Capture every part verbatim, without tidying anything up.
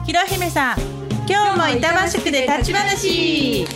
ひろひめさん、今日も板橋区で立ち話。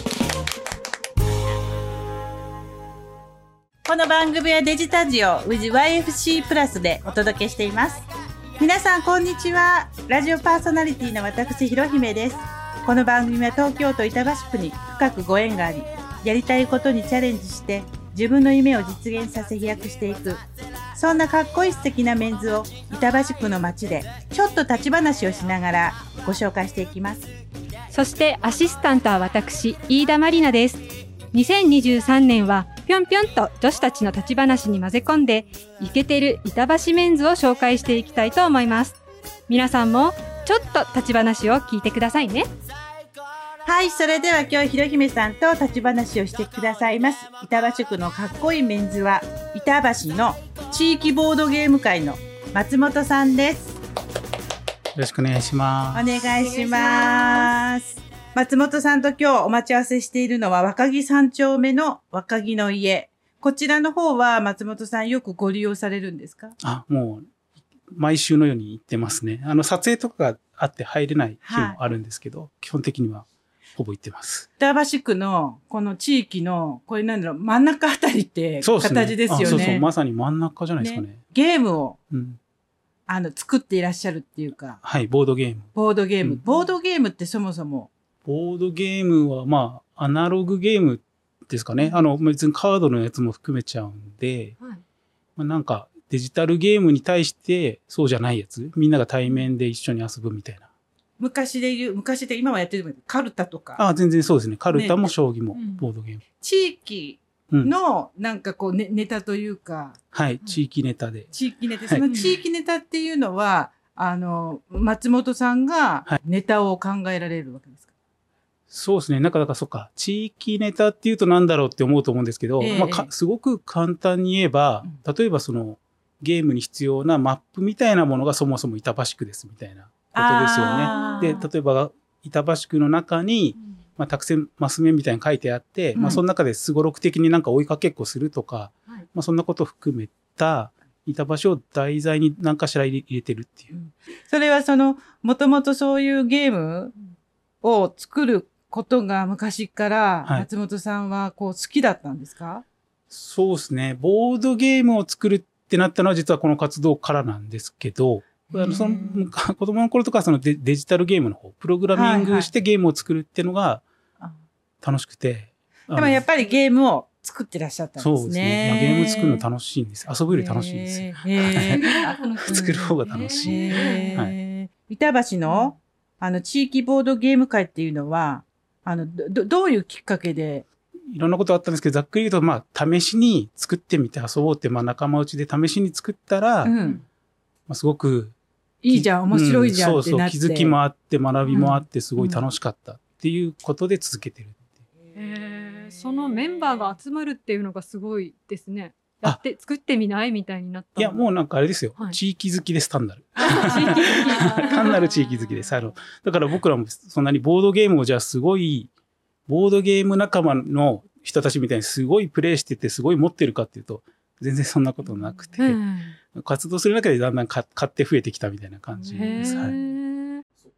この番組はデジタジオ with ワイエフシー プラスでお届けしています。皆さんこんにちは。ラジオパーソナリティの私ひろひめです。この番組は東京都板橋区に深くご縁があり、やりたいことにチャレンジして自分の夢を実現させ飛躍していく、そんなかっこいい素敵なメンズを板橋区の街でちょっと立ち話をしながらご紹介していきます。 そしてアシスタントは私飯田まりなです。にせんにじゅうさんねんはぴょんぴょんと女子たちの立ち話に混ぜ込んでイケてる板橋メンズを紹介していきたいと思います。皆さんもちょっと立ち話を聞いてくださいね。 はい、それでは今日ひろひめさんと立ち話をしてくださいます。板橋区のかっこいいメンズは板橋の地域ボードゲーム会の松本さんです。 よろしくお願いします。 お願いします。松本さんと今日お待ち合わせしているのは若木三丁目の若木の家。こちらの方は松本さんよくご利用されるんですか？ あ、もう毎週のように行ってますね。あの撮影とかがあって入れない日もあるんですけど、はい、基本的にはほぼ行ってます。 板橋区のこの地域のこれなんだろう、真ん中あたりって形ですよね。 そうそうそう、まさに真ん中じゃないですかね。ね、 ゲームを、 うん、 あの作っていらっしゃるっていうか。 はい、ボードゲーム。 ボードゲーム。 うん、 ボードゲームってそもそも。 ボードゲームはまあアナログゲームですかね。あの別にカードのやつも含めちゃうんで、はい、まあ、なんかデジタルゲームに対してそうじゃないやつ、みんなが対面で一緒に遊ぶみたいな。 昔で言う、昔で今はやってるけど、カルタとか。 ああ、全然そうですね。カルタも将棋もボードゲーム。 ね、地域のなんかこう、ね、ネタというか。 はい、地域ネタで。 地域ネタ。その地域ネタっていうのは、あの、松本さんがネタを考えられるわけですか？はい、 そうですね。なんか、だからそっか、地域ネタっていうとなんだろうって思うと思うんですけど、えー、まあか、すごく簡単に言えば、例えばそのゲームに必要なマップみたいなものがそもそも板橋区ですみたいなことですよね。で、例えば板橋区の中に、まあ、たくさんマス目みたいに書いてあって、うん、まあ、その中ですごろく的になんか追いかけっこするとか、はい、まあ、そんなことを含めた板橋を題材に何かしら入れ、入れてるっていう。うん、 それはその、もともとそういうゲームを作ることが昔から松本さんはこう好きだったんですか？はい、 そうですね。ボードゲームを作るってなったのは実はこの活動からなんですけど、あのその子供の頃とかその デ, デジタルゲームの方、プログラミングしてゲームを作るっていうのが楽しくて。 はいはい、でもやっぱりゲームを作ってらっしゃったんですね。 そうですね。ゲーム作るの楽しいんです。遊ぶより楽しいんですよ。作る方が楽しい。 はい、板橋のあの地域ボードゲーム会っていうのは、あのどどういうきっかけで？ いろんなことあったんですけど、ざっくり言うと、まあ、試しに作ってみて遊ぼうって、まあ、仲間内で試しに作ったら、うん、まあ、すごく、 いいじゃん、面白いじゃんってなって、 うん、そうそう、気づきもあって、学びもあって、すごい楽しかったっていうことで続けてるっていう。 へー、そのメンバーが集まるっていうのがすごいですね。やって、作ってみないみたいになった。 いや、もうなんかあれですよ。はい、地域好きです、単なる。地域好き。単なる地域好きです。あの、だから僕らもそんなにボードゲームをじゃあすごい、ボードゲーム仲間の人たちみたいにすごいプレイしててすごい持ってるかっていうと、全然そんなことなくて、うん、活動する中でだんだん買って増えてきたみたいな感じです。はい、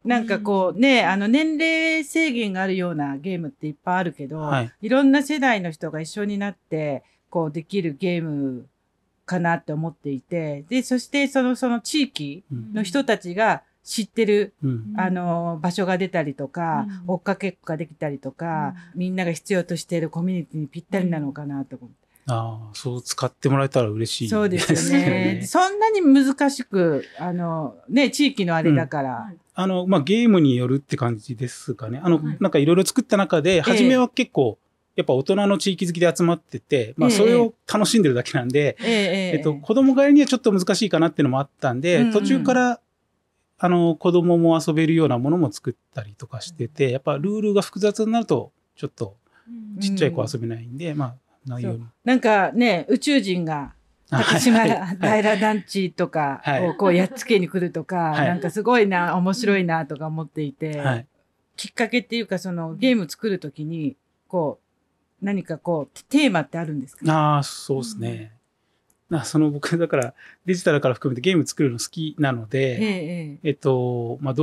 なんかこうね、あの年齢制限があるようなゲームっていっぱいあるけど、はい、いろんな世代の人が一緒になってこうできるゲームかなって思っていて、で、そしてそのその地域の人たちが知ってる、うん、あの場所が出たりとか、うん、追っかけっこができたりとか、うん、みんなが必要としているコミュニティにぴったりなのかなと思って。 ああ、そう使ってもらえたら嬉しいですね。 そうですよね。そんなに難しく、あの、ね、地域のあれだから。 うん、あの、まあ、ゲームによるって感じですかね。あの、はい、なんかいろいろ作った中で、初めは結構、やっぱ大人の地域好きで集まってて、まあ、それを楽しんでるだけなんで、えええっと、子供がやるにはちょっと難しいかなっていうのもあったんで、うんうん、途中から、あの、子供も遊べるようなものも作ったりとかしてて、やっぱルールが複雑になると、ちょっと、ちっちゃい子遊べないんで、うん、まあ、内容に。 なんかね、宇宙人が、竹島平団地とかをこうやっつけに来るとか、はい、なんかすごいな、面白いなとか思っていて、はい、きっかけっていうか、そのゲーム作るときに、こう、何かこう、テーマってあるんですか？ ああ、そうですね。うん、その僕、だからデジタルから含めてゲーム作るの好きなので、えええっと、まあ、どうやっ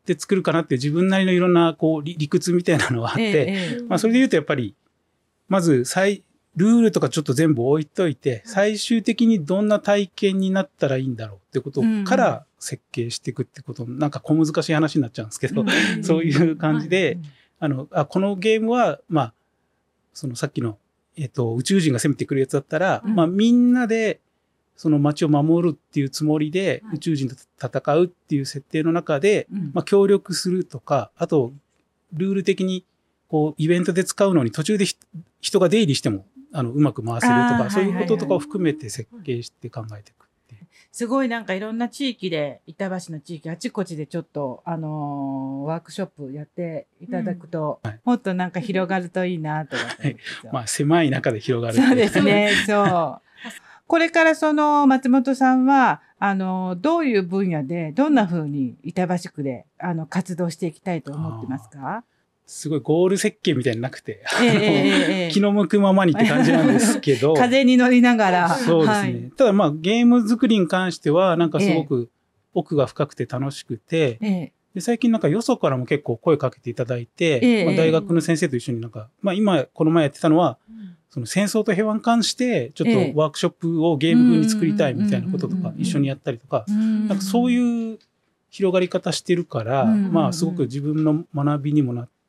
って作るかなっていう自分なりのいろんなこう理理屈みたいなのがあって、 ええまあ、それで言うとやっぱりまず最ルールとかちょっと全部置いといて最終的にどんな体験になったらいいんだろうってことから設計していくってこと、なんか小難しい話になっちゃうんですけど、 うんそういう感じで、 うんあのあこのゲームはまあそのさっきの、えっと、宇宙人が攻めてくるやつだったら、 うんまあ、みんなでその街を守るっていうつもりで宇宙人と戦うっていう設定の中で、 うんまあ、協力するとか、あとルール的にこうイベントで使うのに途中でひ人が出入りしてもあのうまく回せるとあーか、そういうこととかをはいはいはい含めて設計して考えていくっていう。 すごいなんかいろんな地域で、板橋の地域、あちこちでちょっと、あのーワークショップやっていただくと、 うんはいもっとなんか広がるといいなと思ってますよ。 まあ、狭い中で広がるっていそうですね、そう。これからその松本さんは、あの、どういう分野で、どんな風に板橋区で、あの、活動していきたいと思ってますか？ すごいゴール設計みたいになくて、 ええええええ気の向くままにって感じなんですけど。 風に乗りながら。 そうですね。 はいただまあゲーム作りに関してはなんかすごく奥が深くて楽しくて、 ええで最近なんかよそからも結構声かけていただいて、 ええまあ、大学の先生と一緒になんか、まあ今この前やってたのは、その戦争と平和に関してちょっええとワークショップをゲーム風に作りたいみたいなこととうんうんうんうんか一緒にやったりとか、 うんなんかそういう広がり方してるから、 うんうんうんまあすごく自分の学びにもなって、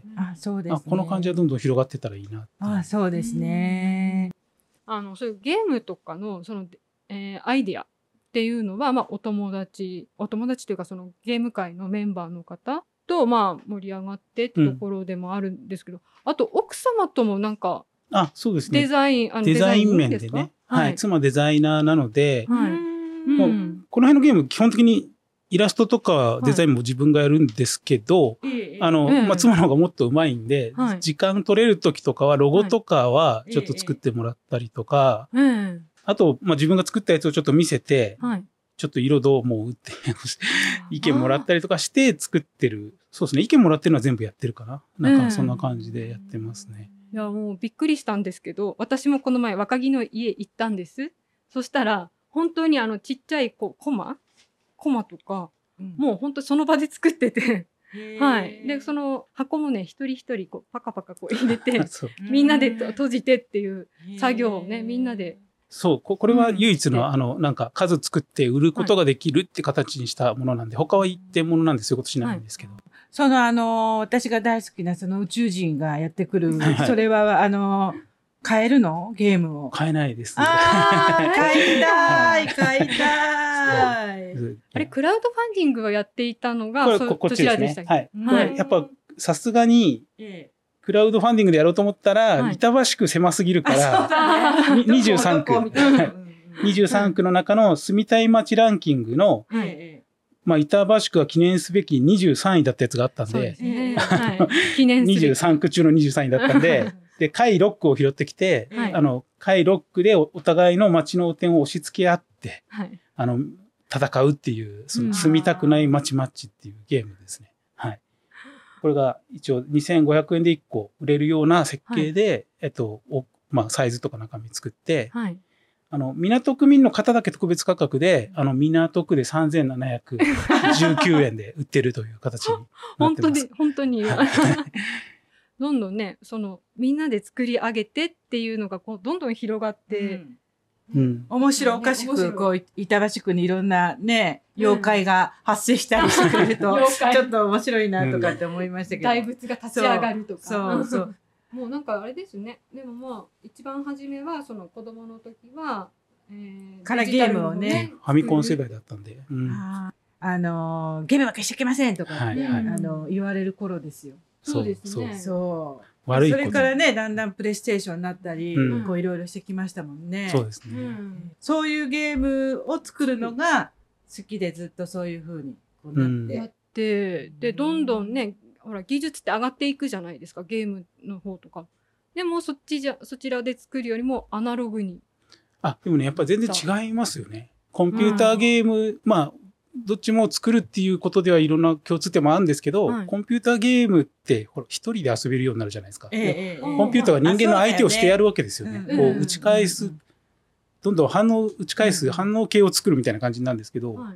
あ、そうですね。 あこの感じはどんどん広がってたらいいなっていう。 あ、そうですね。 あのそういうゲームとかのその、えーアイデアっていうのは、まあ、お友達お友達というかそのゲーム界のメンバーの方と、まあ、盛り上がってってところでもあるんですけど、あと奥様ともなんかあ、そうですね。 デザイン、あのデザイン面デでね。 かはい。妻デザイナーなので、 はいもううんこの辺のゲーム基本的にイラストとかデザインも自分がやるんですけど、 ええあの、 ええまあ、妻の方がもっと上手いんで、 はい時間取れる時とかはロゴとかはちょっと作ってもらったりとか、 ええあと、まあ、自分が作ったやつをちょっと見せて、 はいちょっと色どう思うって意見もらったりとかして作ってる。そうですね。意見もらってるのは全部やってるかな。なんかそんな感じでやってますね。 いやもうびっくりしたんですけど、私もこの前若木の家行ったんです。そしたら本当にあのちっちゃいこうコマコマとかもう本当その場で作ってて、はい。でその箱もね一人一人こうパカパカこう入れてそうみんなでと閉じてっていう作業をねみんなで。 そうこ、これは唯一の、 うんあの、なんか数作って売ることができるって形にしたものなんで、他は一点物なんでそういうことしないんですけど。 そのあの、私が大好きなその宇宙人がやってくる、 はいはいそれはあの、買えるのゲームを。 買えないですね。 ああ、買いたい、買いたい。 あれクラウドファンディングをやっていたのがそこれここっどちですねちらでしたっ。け？ はい。 うんこれやっぱさすがにええクラウドファンディングでやろうと思ったら、 はい板橋区狭すぎるから、 あににじゅうさんくどこみたいなにじゅうさんくの中の住みたい街ランキングの、 はいえまあ、板橋区が記念すべきにじゅうさんいだったやつがあったんそうで、 ですね。はい。記念する。 にじゅうさんく中のにじゅうさんいだったんで、で、下位ろっくを拾ってきて、 えはいあの、下位ろっくでおお互いの街の点を押し付け合って、 はい。 あの、戦うっていう、そうんの住みたくない街マッチっていうゲームですね。はい。これが一応にせんごひゃくえんでいっこ売れるような設計で、えっと、おまあ、サイズとか中身作って、 はい。 あの、港区民の方だけ特別価格で、あの、港区でさんぜんななひゃくじゅうきゅうえんで売ってるという形になってます。 本当に、本当に。 はいどんどんね、その、みんなで作り上げてっていうのが、こう、どんどん広がっえて、 うん。 面白おかしく、こう、板橋区にいろんなね、妖怪が発生したりしてくれると、 妖怪ちょっと面白いなとかって思いましたけど。 大仏が立ち上がるとか。 そうそう。 もうなんかあれですね。でもまあ、一番初めは、その子供の時は、えーからゲームをね。 ファミコン世代だったんで。うん。 あーあのー、ゲームは消しちゃいけませんとかって、 はいはいあの、言われる頃ですよ。 そうですそうね。 そう。 悪いこと。 それからね、だんだんプレイステーションになったり、 うんこういろいろしてきましたもんね。 そうですね。 うん。 そういうゲームを作るのが好きでずっとそういう風にこうなって。 やって、で、どんどんね、ほら、技術って上がっていくじゃないですか、ゲームの方とか。でも、そっちじゃ、そちらで作るよりもアナログに。 あ、でもね、やっぱり全然違いますよね。コンピューターゲーム、まあ、どっちも作るっていうことではいろんな共通点もあるんですけど、 はいコンピューターゲームって、ほら、一人で遊べるようになるじゃないですか。 ええええコンピューターが人間の相手をしてやるわけですよね。 うんこう、 うん打ち返す、どんどん反応、打ち返す反応系を作るみたいな感じなんですけど、 はい。 こ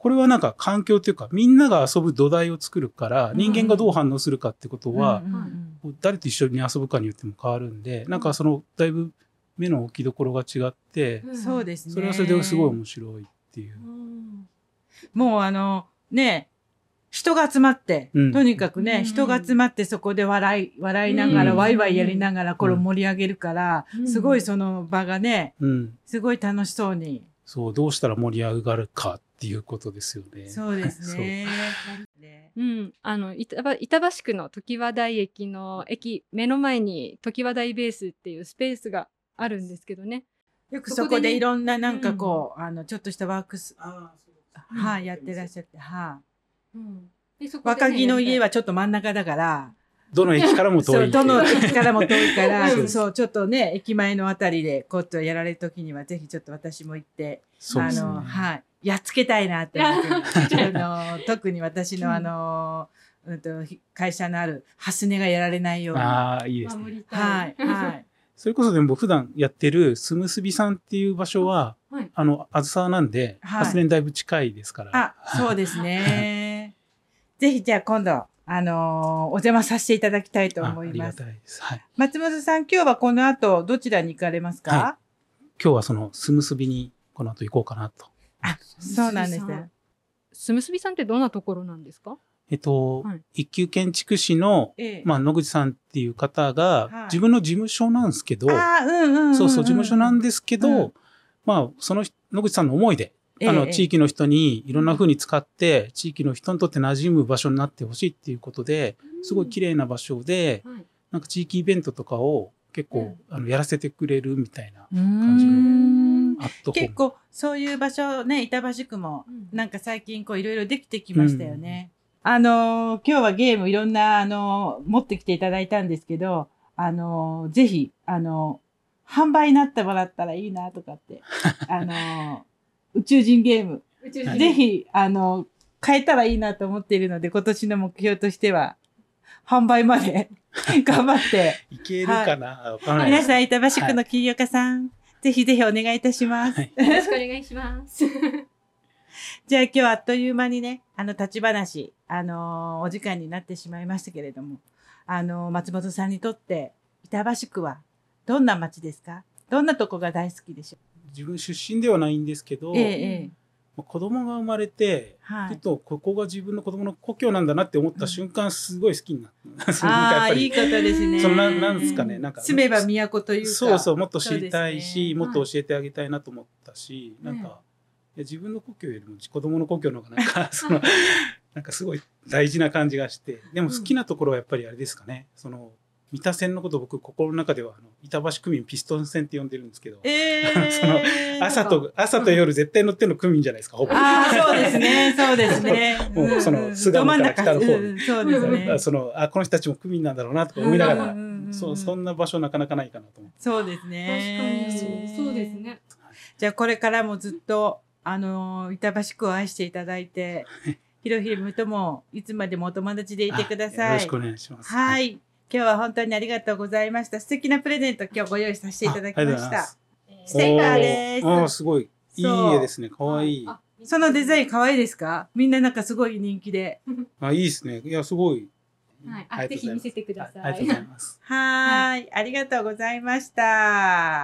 これはなんか環境というか、みんなが遊ぶ土台を作るから、人間がどう反応するかってことは、誰と一緒に遊ぶかによっても変わるんで、なんかその、だいぶ目の置きどころが違って、 そうですね。 それはそれですごい面白いっていう。 もうあの、ね、人が集まって、うん、とにかくね、うん、人が集まってそこで笑い、笑いながら、うん、ワイワイやりながらこれを盛り上げるから、うん、すごいその場がね、うん、すごい楽しそうに。 そう、どうしたら盛り上がるかっていうことですよね。 そうですね。 うん、あの、板橋区の常盤台駅の駅、目の前に常盤台ベースっていうスペースがあるんですけどね。 よくそこでいろんななんかこう、うん、あの、ちょっとしたワークス、はい、あ、やってらっしゃって、はい、うん、若木の家はちょっと真ん中だから、 どの駅からも遠い。 そう、どの駅からも遠いから、そう、ちょっとね、駅前のあたりで、こうとやられるときには、ぜひちょっと私も行って、 そうですね、 あの、はい、やっつけたいなって思ってあの、特に私のあの、うんと、会社のある、ハスネがやられないように。 ああ、いいですね。 はい、はい。 それこそでも普段やってるすむすびさんっていう場所は、はい、あの、あずさわなんで、はい、ハスネにだいぶ近いですから。 あ、そうですね。ぜひじゃあ今度、あのー、お邪魔させていただきたいと思います。ありがたいです。はい。 松本さん、今日はこの後、どちらに行かれますか？ はい、今日はその、すむすびにこの後行こうかなと。 あ、そうなんですね。 すむすびさんってどんなところなんですか？ えっと、はい、一級建築士の、ええ、まあ、野口さんっていう方が、はい、自分の事務所なんですけど、 あ、うんうんうんうん、 そうそう、事務所なんですけど、うん、まあ、その野口さんの思いで、あの、地域の人にいろんな風に使って、地域の人にとって馴染む場所になってほしいっていうことで、すごい綺麗な場所で、なんか地域イベントとかを結構、あの、やらせてくれるみたいな感じのアットホーム。 結構、そういう場所ね、板橋区も、なんか最近こういろいろできてきましたよね。うん、あのー、今日はゲームいろんな、あのー、持ってきていただいたんですけど、あのー、ぜひ、あの販売になってもらったらいいなとかって、あの宇宙人ゲーム。ぜひ、あの、変えたらいいなと思っているので、今年の目標としては、販売まで頑張って。 いけるかな、はい、わからない。 皆さん、板橋区の起業家さん、はい、ぜひぜひお願いいたします。はい、 よろしくお願いします。 じゃあ今日はあっという間にね、あの、立ち話、あのー、お時間になってしまいましたけれども、あのー、松本さんにとって、板橋区はどんな街ですか？どんなとこが大好きでしょう？ 自分出身ではないんですけど、ええ、子供が生まれて、はい、ちょっとここが自分の子供の故郷なんだなって思った瞬間、すごい好きになった。 ああ、いいことですね。 そんな、なんですかね。なんか住めば都というか。 そうそう、もっと知りたいし、ね、もっと教えてあげたいなと思ったし、はい、なんか、いや自分の故郷よりも子供の故郷の方がなんか、その、なんかすごい大事な感じがして、でも好きなところはやっぱりあれですかね。その三田線のことを僕心の中ではあの板橋区民ピストン線って呼んでるんですけど、えー、その朝と朝と夜絶対乗ってるの区民じゃないですか、ほぼ。 ああ、そうですね、そうですね。 もうその巣鴨から北の方に、 うん、そうですね。 そのあこの人たちも区民なんだろうなとか思いながら、そそんな場所なかなかないかなと思って。 そうですね。 確かにそうですね。 じゃあこれからもずっとあの板橋区を愛していただいて、ひろひろともいつまでもお友達でいてください。 よろしくお願いします。 はい。今日は本当にありがとうございました。素敵なプレゼント今日ご用意させていただきました。ステッカーです。 ああ、すごい。いい絵ですね。かわいい。 そのデザインかわいいですか？みんななんかすごい人気で。 あ、いいですね。いや、すごい。 はい。あ、ぜひ見せてください。 ありがとうございます。 はい。ありがとうございました。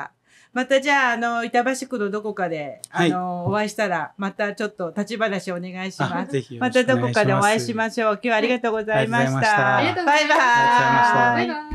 またじゃあ、あの、板橋区のどこかで、あの、お会いしたら、またちょっと立ち話お願いします。 ぜひ。 またどこかでお会いしましょう。今日はありがとうございました。 ありがとうございました。 バイバイ。 バイバイ。